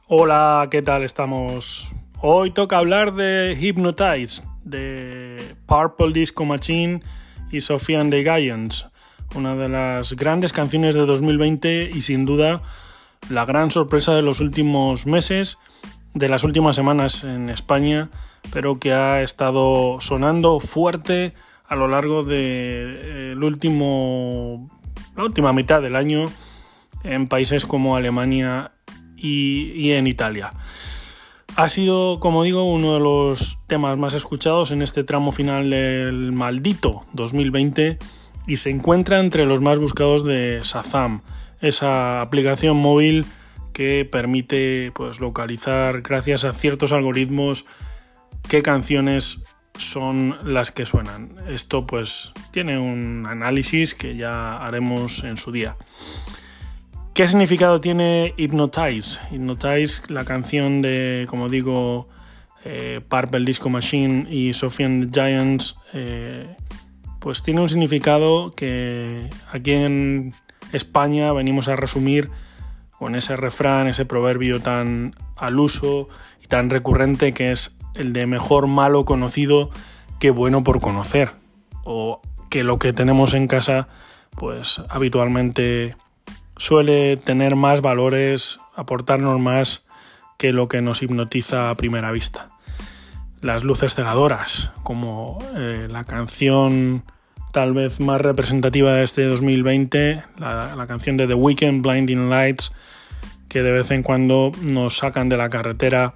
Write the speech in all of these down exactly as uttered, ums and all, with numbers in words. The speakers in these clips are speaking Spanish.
Hola, ¿qué tal estamos? Hoy toca hablar de Hypnotize, de Purple Disco Machine y Sophie and the Giants, una de las grandes canciones de dos mil veinte y sin duda la gran sorpresa de los últimos meses, de las últimas semanas en España, pero que ha estado sonando fuerte a lo largo de el último, la última mitad del año en países como Alemania y, y en Italia. Ha sido, como digo, uno de los temas más escuchados en este tramo final del maldito dos mil veinte y se encuentra entre los más buscados de Shazam, esa aplicación móvil que permite pues, localizar, gracias a ciertos algoritmos, qué canciones son las que suenan. Esto pues tiene un análisis que ya haremos en su día. ¿Qué significado tiene Hypnotize? Hypnotize, la canción de, como digo, eh, Purple Disco Machine y Sophie and the Giants, eh, pues tiene un significado que aquí en España venimos a resumir con ese refrán, ese proverbio tan al uso y tan recurrente que es el de mejor malo conocido que bueno por conocer, o que lo que tenemos en casa pues habitualmente suele tener más valores, aportarnos más que lo que nos hipnotiza a primera vista. Las luces cegadoras, como eh, la canción tal vez más representativa de este dos mil veinte, la, la canción de The Weeknd, Blinding Lights, que de vez en cuando nos sacan de la carretera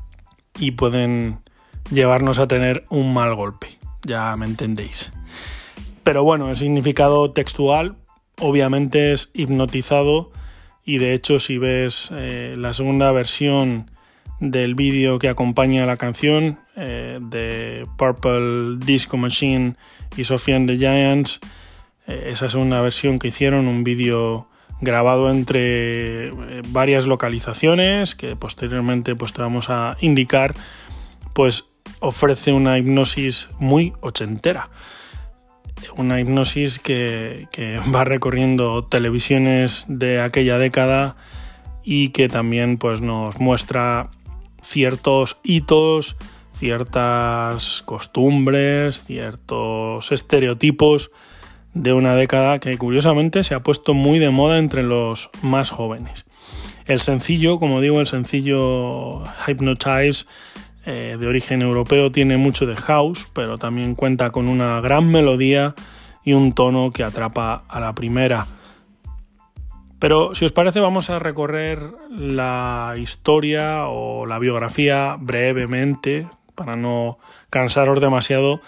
y pueden llevarnos a tener un mal golpe, ya me entendéis. Pero bueno, el significado textual obviamente es hipnotizado, y de hecho si ves eh, la segunda versión del vídeo que acompaña a la canción eh, de Purple Disco Machine y Sophie and the Giants, eh, esa segunda versión que hicieron, un vídeo grabado entre eh, varias localizaciones que posteriormente pues, te vamos a indicar, pues ofrece una hipnosis muy ochentera. Una hipnosis que, que va recorriendo televisiones de aquella década y que también pues, nos muestra ciertos hitos, ciertas costumbres, ciertos estereotipos de una década que curiosamente se ha puesto muy de moda entre los más jóvenes. El sencillo, como digo, el sencillo Hypnotize, Eh, de origen europeo, tiene mucho de house, pero también cuenta con una gran melodía y un tono que atrapa a la primera. Pero si os parece vamos a recorrer la historia o la biografía brevemente, para no cansaros demasiado,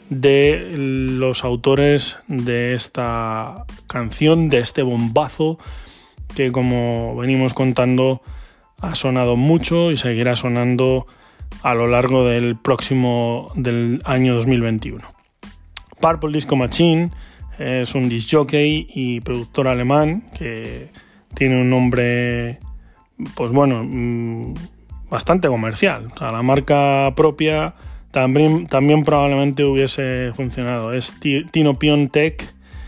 de los autores de esta canción, de este bombazo que, como venimos contando, ha sonado mucho y seguirá sonando a lo largo del próximo del año dos mil veintiuno. Purple Disco Machine es un disc jockey y productor alemán que tiene un nombre, pues bueno, bastante comercial. O sea, la marca propia también, también probablemente hubiese funcionado. Es Tino Piontek,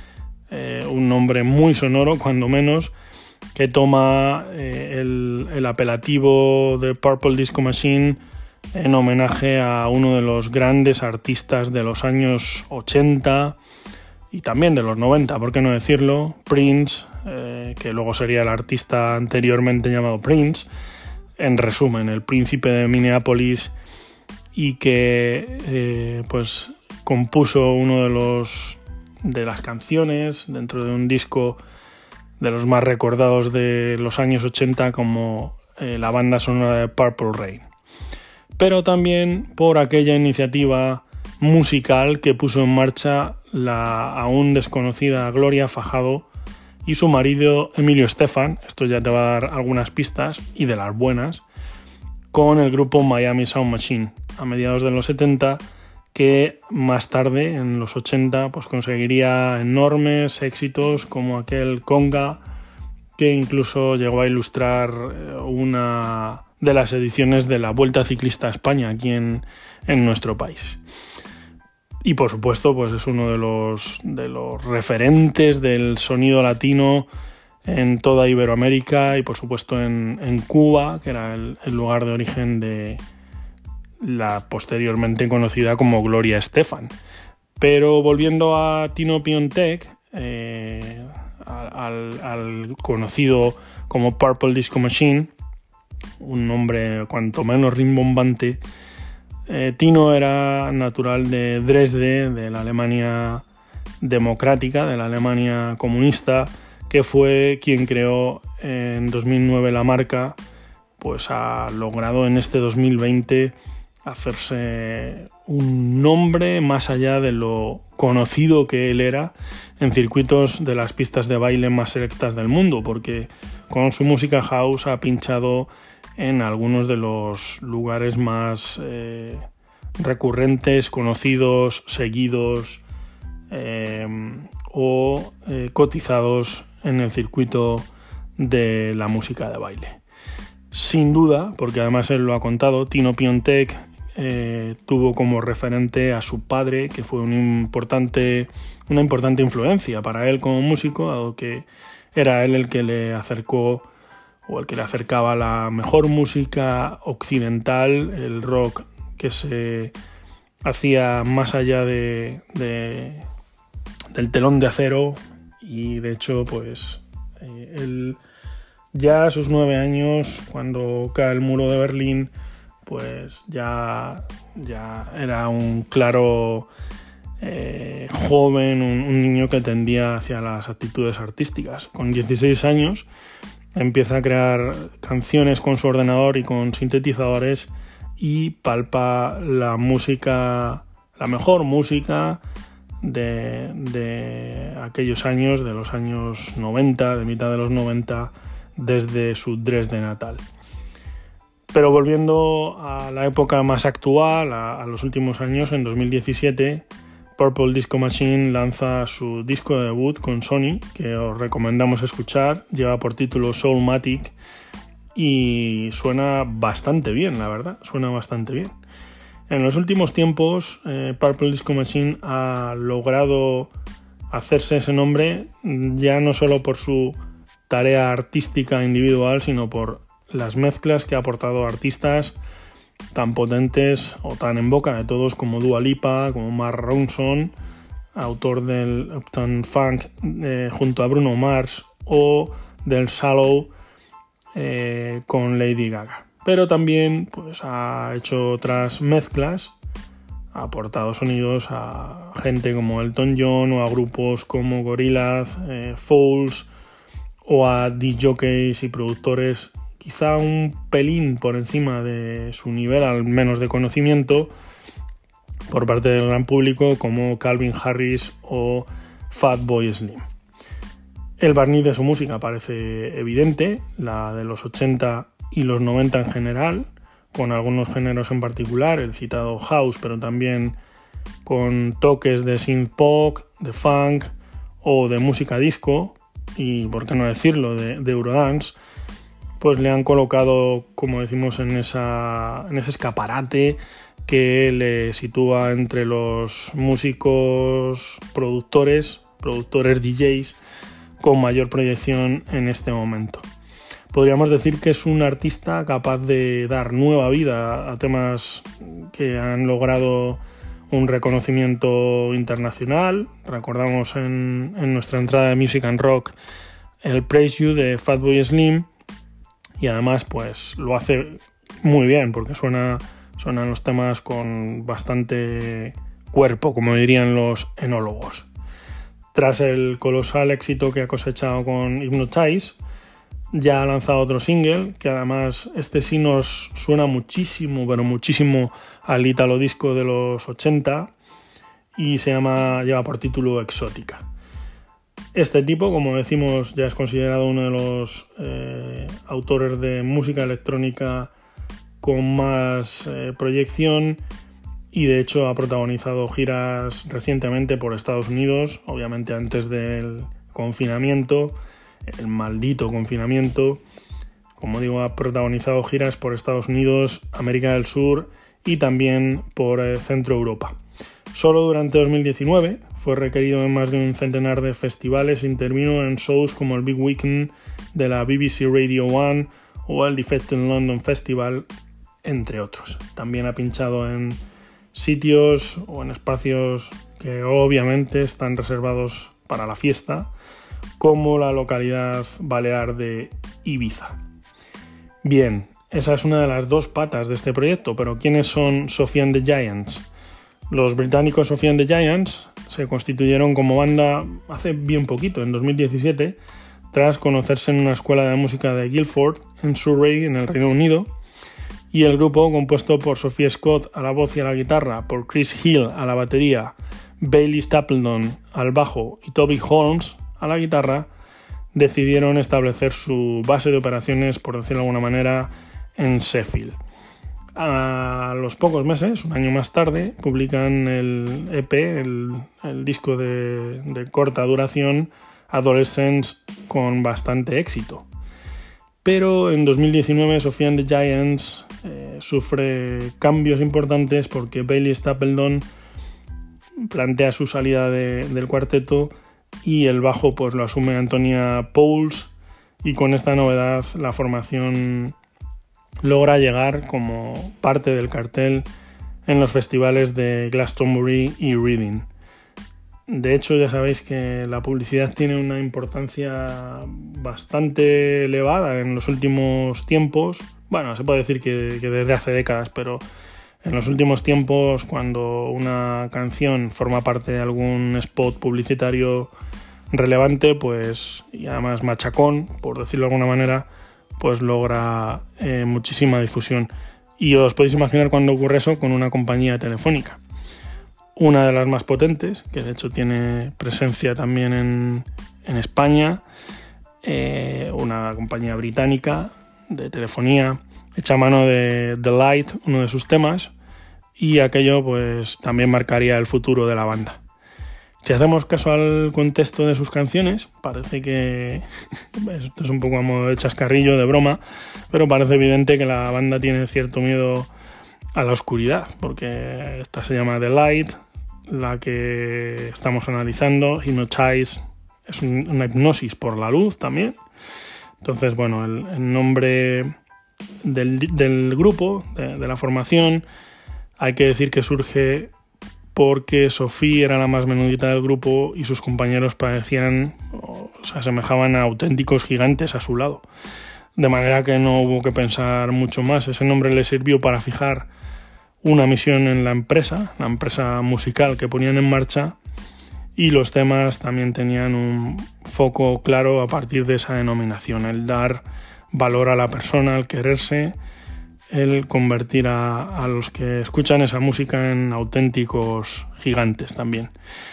eh, un nombre muy sonoro, cuando menos, que toma eh, el, el apelativo de Purple Disco Machine en homenaje a uno de los grandes artistas de los años ochenta y también de los noventa, por qué no decirlo, Prince, eh, que luego sería el artista anteriormente llamado Prince, en resumen, el príncipe de Minneapolis, y que eh, pues compuso uno de los de las canciones dentro de un disco de los más recordados de los años ochenta como eh, la banda sonora de Purple Rain. Pero también por aquella iniciativa musical que puso en marcha la aún desconocida Gloria Fajado y su marido Emilio Estefan, esto ya te va a dar algunas pistas y de las buenas, con el grupo Miami Sound Machine a mediados de los setenta, que más tarde, en los ochenta, pues conseguiría enormes éxitos como aquel Conga, que incluso llegó a ilustrar una de las ediciones de la Vuelta Ciclista a España aquí en, en nuestro país. Y por supuesto, pues es uno de los, de los referentes del sonido latino en toda Iberoamérica y por supuesto en, en Cuba, que era el, el lugar de origen de la posteriormente conocida como Gloria Estefan. Pero volviendo a Tino Piontek, eh, al, al conocido como Purple Disco Machine, un nombre cuanto menos rimbombante, eh, Tino era natural de Dresde, de la Alemania democrática, de la Alemania comunista, que fue quien creó en dos mil nueve la marca. Pues ha logrado en este dos mil veinte hacerse un nombre más allá de lo conocido que él era en circuitos de las pistas de baile más selectas del mundo, porque con su música house ha pinchado en algunos de los lugares más eh, recurrentes, conocidos, seguidos eh, o eh, cotizados en el circuito de la música de baile. Sin duda, porque además él lo ha contado, Tino Piontek eh, tuvo como referente a su padre, que fue un importante, una importante influencia para él como músico, dado que era él el que le acercó o el que le acercaba la mejor música occidental, el rock que se hacía más allá de, de, del telón de acero. Y de hecho, pues eh, él ya a sus nueve años, cuando cae el muro de Berlín, pues ya, ya era un claro eh, joven, un, un niño que tendía hacia las actitudes artísticas. Con dieciséis años empieza a crear canciones con su ordenador y con sintetizadores y palpa la música, la mejor música de, de aquellos años, de los años noventa, de mitad de los noventa, desde su Dresde natal. Pero volviendo a la época más actual, a, a los últimos años, en dos mil diecisiete, Purple Disco Machine lanza su disco de debut con Sony, que os recomendamos escuchar. Lleva por título Soulmatic y suena bastante bien, la verdad, suena bastante bien. En los últimos tiempos, eh, Purple Disco Machine ha logrado hacerse ese nombre ya no solo por su tarea artística individual, sino por las mezclas que ha aportado artistas tan potentes o tan en boca de todos como Dua Lipa, como Mark Ronson, autor del Uptown Funk eh, junto a Bruno Mars, o del Shallow eh, con Lady Gaga. Pero también pues, ha hecho otras mezclas, ha aportado sonidos a gente como Elton John o a grupos como Gorillaz, eh, Fools o a D Js y productores quizá un pelín por encima de su nivel, al menos de conocimiento, por parte del gran público, como Calvin Harris o Fatboy Slim. El barniz de su música parece evidente, la de los ochenta y los noventa en general, con algunos géneros en particular, el citado house, pero también con toques de synth pop, de funk o de música disco, y por qué no decirlo, de, de Eurodance, pues le han colocado, como decimos, en, esa, en ese escaparate que le sitúa entre los músicos productores, productores D Js, con mayor proyección en este momento. Podríamos decir que es un artista capaz de dar nueva vida a temas que han logrado un reconocimiento internacional. Recordamos en, en nuestra entrada de Music and Rock el Praise You de Fatboy Slim, y además pues lo hace muy bien porque suena, suenan los temas con bastante cuerpo, como dirían los enólogos. Tras el colosal éxito que ha cosechado con Hypnotize, ya ha lanzado otro single, que además este sí nos suena muchísimo, pero muchísimo al Italo Disco de los ochenta, y se llama, lleva por título Exótica. Este tipo, como decimos, ya es considerado uno de los eh, autores de música electrónica con más eh, proyección, y de hecho ha protagonizado giras recientemente por Estados Unidos, obviamente antes del confinamiento, el maldito confinamiento. Como digo, ha protagonizado giras por Estados Unidos, América del Sur y también por eh, Centro Europa. Solo durante dos mil diecinueve fue requerido en más de un centenar de festivales e intervino en shows como el Big Weekend de la B B C Radio uno o el Defected London Festival, entre otros. También ha pinchado en sitios o en espacios que obviamente están reservados para la fiesta, como la localidad balear de Ibiza. Bien, esa es una de las dos patas de este proyecto, pero ¿quiénes son Sophie and the Giants? Los británicos Sophie and the Giants se constituyeron como banda hace bien poquito, en dos mil diecisiete, tras conocerse en una escuela de música de Guildford, en Surrey, en el Reino Unido, y el grupo, compuesto por Sophie Scott a la voz y a la guitarra, por Chris Hill a la batería, Bailey Stapleton al bajo y Toby Holmes a la guitarra, decidieron establecer su base de operaciones, por decirlo de alguna manera, en Sheffield. A los pocos meses, un año más tarde, publican el E P, el, el disco de, de corta duración, Adolescence, con bastante éxito. Pero en dos mil diecinueve Sophie and the Giants eh, sufre cambios importantes porque Bailey Stapleton plantea su salida de, del cuarteto y el bajo pues lo asume Antonia Pauls, y con esta novedad la formación logra llegar como parte del cartel en los festivales de Glastonbury y Reading. De hecho, ya sabéis que la publicidad tiene una importancia bastante elevada en los últimos tiempos. Bueno, se puede decir que, que desde hace décadas, pero en los últimos tiempos, cuando una canción forma parte de algún spot publicitario relevante, pues, y además machacón, por decirlo de alguna manera, pues logra eh, muchísima difusión. Y os podéis imaginar cuando ocurre eso con una compañía telefónica. Una de las más potentes, que de hecho tiene presencia también en, en España, eh, una compañía británica de telefonía, hecha a mano de The Light, uno de sus temas, y aquello pues también marcaría el futuro de la banda. Si hacemos caso al contexto de sus canciones, parece que, esto es un poco a modo de chascarrillo, de broma, pero parece evidente que la banda tiene cierto miedo a la oscuridad, porque esta se llama The Light, la que estamos analizando. Hypnotize es un, una hipnosis por la luz también. Entonces, bueno, el, el nombre del, del grupo, de, de la formación, hay que decir que surge porque Sophie era la más menudita del grupo y sus compañeros parecían o se asemejaban a auténticos gigantes a su lado. De manera que no hubo que pensar mucho más. Ese nombre le sirvió para fijar una misión en la empresa, la empresa musical que ponían en marcha, y los temas también tenían un foco claro a partir de esa denominación, el dar valor a la persona, el quererse, el convertir a, a los que escuchan esa música en auténticos gigantes también.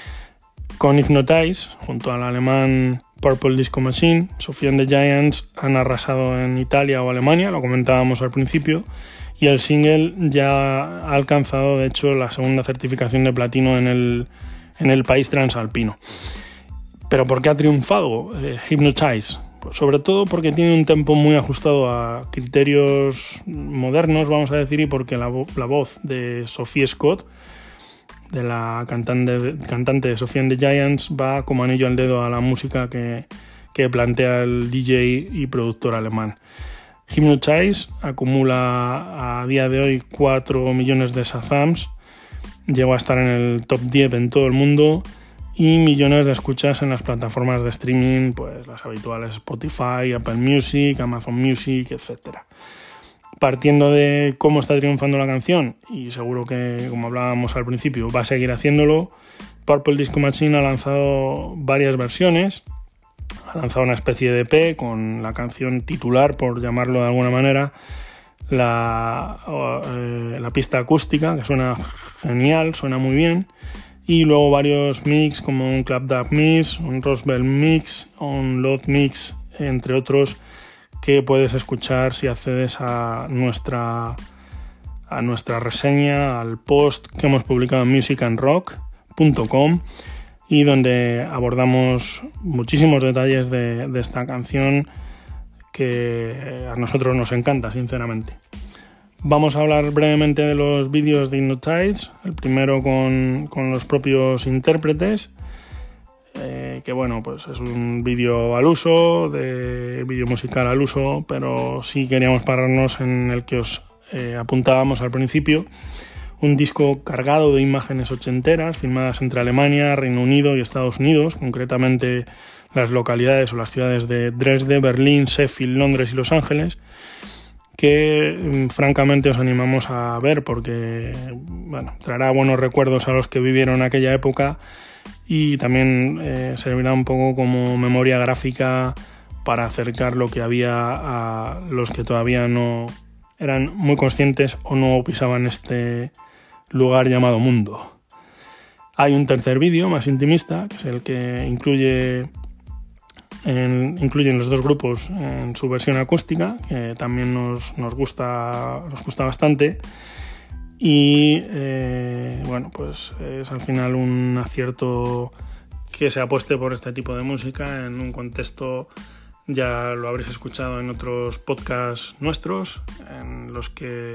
Con Hypnotize, junto al alemán Purple Disco Machine, Sophie and the Giants han arrasado en Italia o Alemania, lo comentábamos al principio, y el single ya ha alcanzado, de hecho, la segunda certificación de platino en el, en el país transalpino. ¿Pero por qué ha triunfado eh, Hypnotize? Pues sobre todo porque tiene un tempo muy ajustado a criterios modernos, vamos a decir, y porque la, vo- la voz de Sophie Scott, de la cantante, cantante de Sophie and the Giants, va como anillo al dedo a la música que, que plantea el D J y productor alemán. Hypnotize acumula a día de hoy cuatro millones de Shazams, llegó a estar en el top diez en todo el mundo y millones de escuchas en las plataformas de streaming, pues las habituales Spotify, Apple Music, Amazon Music, etcétera. Partiendo de cómo está triunfando la canción, y seguro que, como hablábamos al principio, va a seguir haciéndolo, Purple Disco Machine ha lanzado varias versiones. Ha lanzado una especie de E P con la canción titular, por llamarlo de alguna manera, la, eh, la pista acústica, que suena genial, suena muy bien, y luego varios mix como un Clapback Mix, un Roswell Mix, un Load Mix, entre otros, que puedes escuchar si accedes a nuestra, a nuestra reseña, al post que hemos publicado en music and rock punto com, y donde abordamos muchísimos detalles de, de esta canción que a nosotros nos encanta, sinceramente. Vamos a hablar brevemente de los vídeos de Hypnotize, el primero con, con los propios intérpretes, eh, que bueno, pues es un vídeo al uso, de vídeo musical al uso, pero sí queríamos pararnos en el que os eh, apuntábamos al principio, un disco cargado de imágenes ochenteras, filmadas entre Alemania, Reino Unido y Estados Unidos, concretamente las localidades o las ciudades de Dresde, Berlín, Sheffield, Londres y Los Ángeles, que francamente os animamos a ver porque bueno, traerá buenos recuerdos a los que vivieron aquella época y también eh, servirá un poco como memoria gráfica para acercar lo que había a los que todavía no eran muy conscientes o no pisaban este lugar llamado mundo. Hay un tercer vídeo más intimista, que es el que incluye en, incluyen los dos grupos en su versión acústica, que también nos, nos gusta nos gusta bastante. Y eh, bueno, pues es al final un acierto que se apueste por este tipo de música en un contexto, ya lo habréis escuchado en otros podcasts nuestros, en los que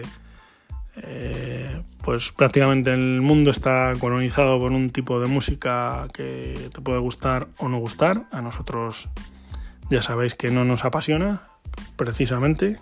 Eh, pues prácticamente el mundo está colonizado por un tipo de música que te puede gustar o no gustar. A nosotros ya sabéis que no nos apasiona precisamente,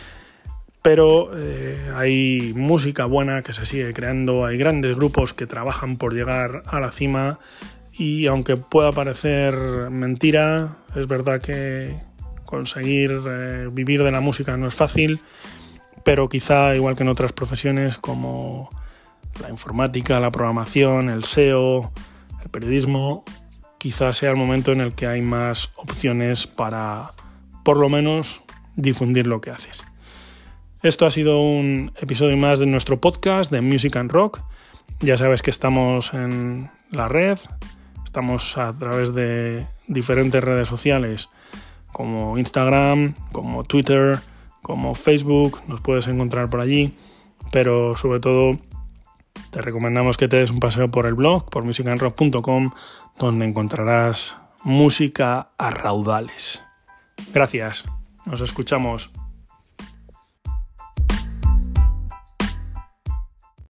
pero eh, hay música buena que se sigue creando, hay grandes grupos que trabajan por llegar a la cima y aunque pueda parecer mentira, es verdad que conseguir eh, vivir de la música no es fácil, pero quizá, igual que en otras profesiones como la informática, la programación, el S E O, el periodismo, quizá sea el momento en el que hay más opciones para, por lo menos, difundir lo que haces. Esto ha sido un episodio más de nuestro podcast de Music and Rock. Ya sabes que estamos en la red, estamos a través de diferentes redes sociales como Instagram, como Twitter, como Facebook, nos puedes encontrar por allí, pero sobre todo te recomendamos que te des un paseo por el blog, por music and rock punto com, donde encontrarás música a raudales. Gracias, nos escuchamos.